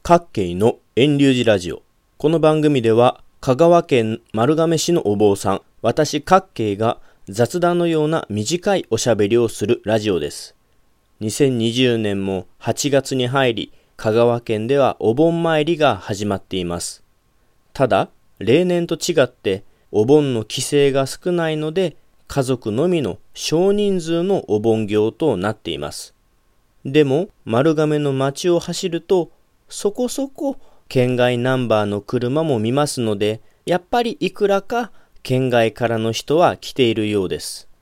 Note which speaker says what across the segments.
Speaker 1: 各県の遠流寺ラジオ。この番組では香川県丸亀市のお坊さん、私各県が雑談のような短いおしゃべりをするラジオです。2020年も8月に入り、香川県ではお盆参りが始まっています。ただ、例年と違ってお盆の規制が少ないので、家族のみの少人数のお盆行となっています。でも、丸亀の街を走ると、そこそこ県外ナンバーの車も見ますので、やっぱりいくらか県外からの人は来ているようです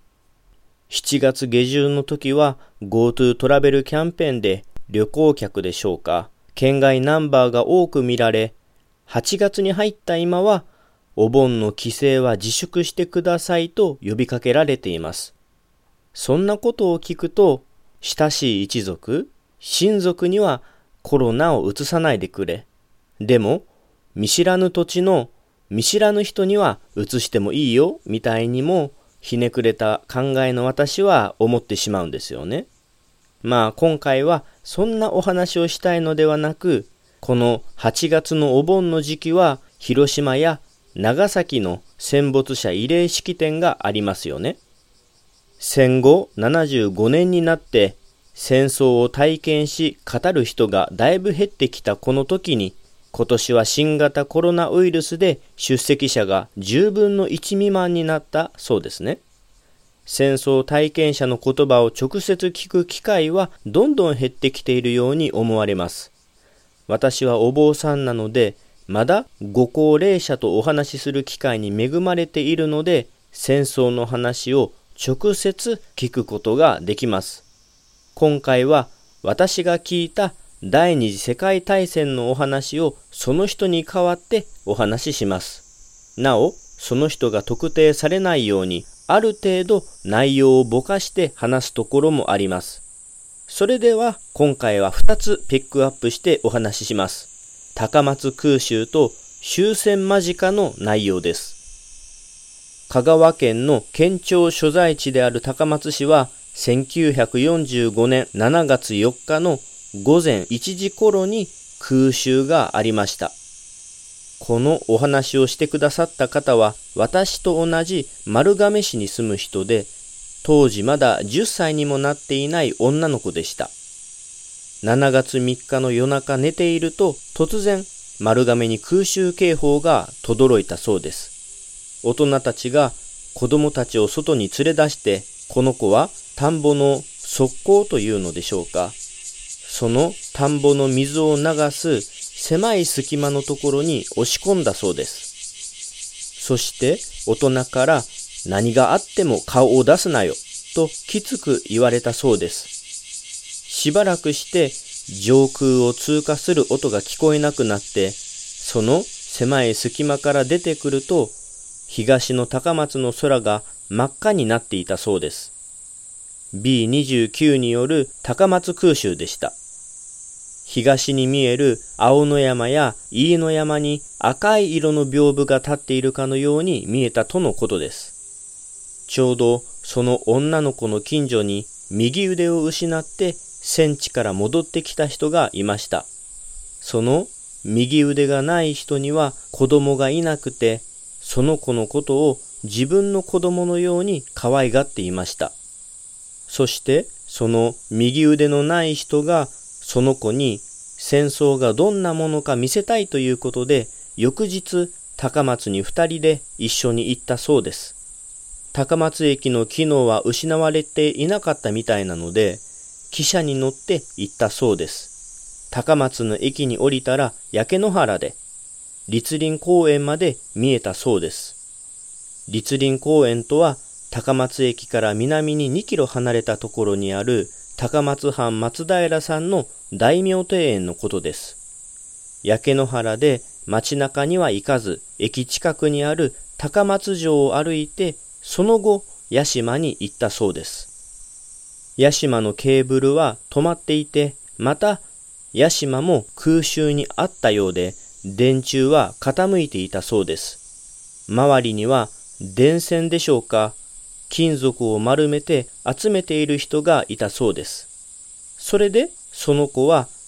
Speaker 1: 。7月下旬の時は GoTo トラベルキャンペーンで旅行客でしょうか、県外ナンバーが多く見られ、8月に入った今はお盆の帰省は自粛してくださいと呼びかけられています。そんなことを聞くと、親しい一族、親族にはコロナを移さないでくれ。でも、見知らぬ土地の見知らぬ人には移してもいいよみたいにもひねくれた考えの私は思ってしまうんですよね。今回はそんなお話をしたいのではなく、この8月のお盆の時期は広島や長崎の戦没者慰霊式典がありますよね。戦後75年になって戦争を体験し語る人がだいぶ減ってきたこの時に、今年は新型コロナウイルスで出席者が10分の1未満になったそうですね。戦争体験者の言葉を直接聞く機会はどんどん減ってきているように思われます。私はお坊さんなので、まだご高齢者とお話しする機会に恵まれているので、戦争の話を直接聞くことができます。今回は私が聞いた第二次世界大戦のお話をその人に代わってお話しします。なお、その人が特定されないようにある程度内容をぼかして話すところもあります。それでは今回は2つピックアップしてお話しします。高松空襲と終戦間近の内容です。香川県の県庁所在地である高松市は1945年7月4日の午前1時頃に空襲がありました。このお話をしてくださった方は私と同じ丸亀市に住む人で、当時まだ10歳にもなっていない女の子でした。7月3日の夜中寝ていると突然丸亀に空襲警報が轟いたそうです。大人たちが子供たちを外に連れ出して、この子は田んぼの側溝というのでしょうか。その田んぼの水を流す狭い隙間のところに押し込んだそうです。そして大人から何があっても顔を出すなよときつく言われたそうです。しばらくして上空を通過する音が聞こえなくなって、その狭い隙間から出てくると、東の高松の空が真っ赤になっていたそうです。B29 による高松空襲でした。東に見える青野山や飯野山に赤い色の屏風が立っているかのように見えたとのことです。ちょうどその女の子の近所に右腕を失って戦地から戻ってきた人がいました。その右腕がない人には子供がいなくて、その子のことを自分の子供のように可愛がっていました。そしてその右腕のない人がその子に戦争がどんなものか見せたいということで、翌日高松に2人で一緒に行ったそうです。高松駅の機能は失われていなかったみたいなので、汽車に乗って行ったそうです。高松の駅に降りたら焼け野原で、栗林公園まで見えたそうです。栗林公園とは高松駅から南に2キロ離れたところにある高松藩松平さんの大名庭園のことです。焼け野原で街中には行かず、駅近くにある高松城を歩いて、その後屋島に行ったそうです。屋島のケーブルは止まっていて、また屋島も空襲にあったようで、電柱は傾いていたそうです。周りには電線でしょうか、金属を丸めて集めている人がいたそうです。それでその子は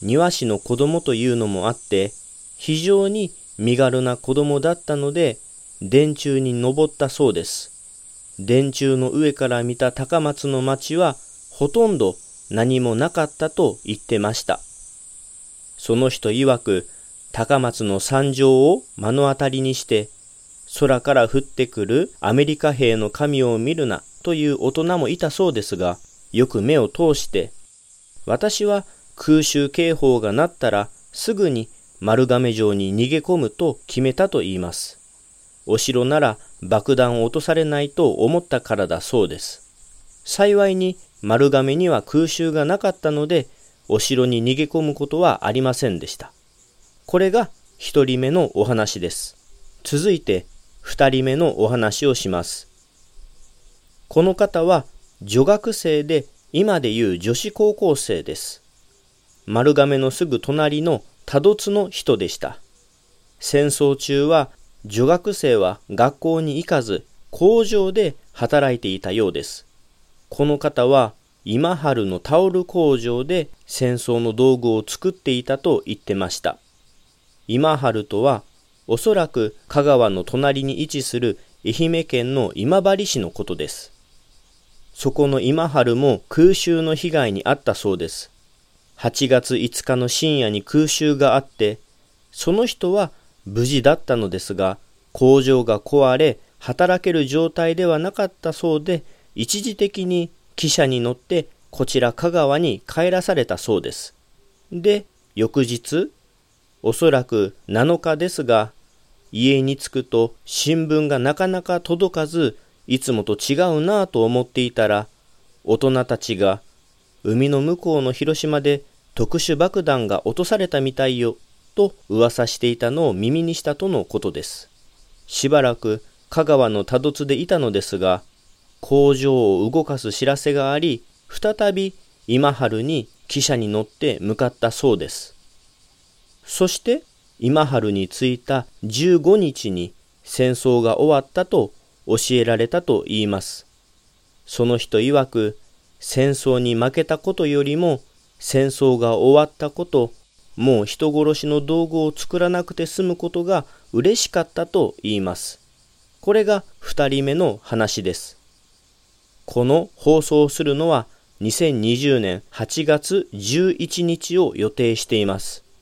Speaker 1: 庭師の子供というのもあって、非常に身軽な子供だったので、電柱に登ったそうです。電柱の上から見た高松の町は、ほとんど何もなかったと言ってました。その人曰く、高松の惨状を目の当たりにして、空から降ってくるアメリカ兵の神を見るなという大人もいたそうですが、よく目を通して、私は空襲警報が鳴ったらすぐに丸亀城に逃げ込むと決めたと言います。お城なら爆弾を落とされないと思ったからだそうです。幸いに丸亀には空襲がなかったので、お城に逃げ込むことはありませんでした。これが一人目のお話です。続いて二人目のお話をします。この方は女学生で、今でいう女子高校生です。丸亀のすぐ隣の多度津の人でした。戦争中は女学生は学校に行かず工場で働いていたようです。この方は今治のタオル工場で戦争の道具を作っていたと言ってました。今治とはおそらく香川の隣に位置する愛媛県の今治市のことです。そこの今治も空襲の被害に遭ったそうです。8月5日の深夜に空襲があって、その人は無事だったのですが、工場が壊れ働ける状態ではなかったそうで、一時的に汽車に乗ってこちら香川に帰らされたそうです。で、翌日、おそらく7日ですが、家に着くと新聞がなかなか届かず、いつもと違うなぁと思っていたら、大人たちが海の向こうの広島で特殊爆弾が落とされたみたいよと噂していたのを耳にしたとのことです。しばらく香川の多度津でいたのですが、工場を動かす知らせがあり、再び今治に汽車に乗って向かったそうです。そして今治に着いた15日に戦争が終わったと教えられたと言います。その人曰く、戦争に負けたことよりも戦争が終わったこと、もう人殺しの道具を作らなくて済むことが嬉しかったと言います。これが2人目の話です。この放送するのは2020年8月11日を予定しています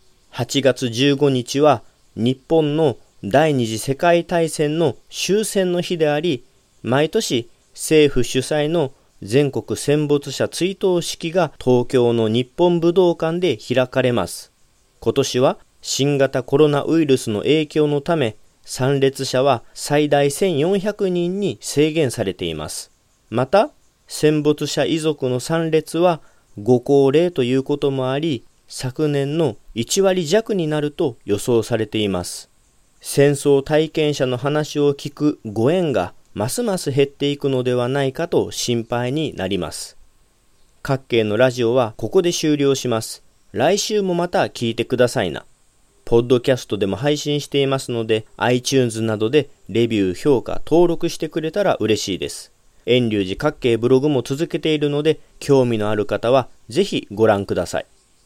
Speaker 1: 。8月15日は日本の第二次世界大戦の終戦の日であり、毎年政府主催の全国戦没者追悼式が東京の日本武道館で開かれます。今年は新型コロナウイルスの影響のため、参列者は最大1400人に制限されています。また、戦没者遺族の参列はご高齢ということもあり、昨年の1割弱になると予想されています。戦争体験者の話を聞くご縁がますます減っていくのではないかと心配になります。各系のラジオはここで終了します。来週もまた聞いてくださいな。ポッドキャストでも配信していますので、iTunes などでレビュー、評価、登録してくれたら嬉しいです。遠隆寺各系ブログも続けているので、興味のある方はぜひご覧ください。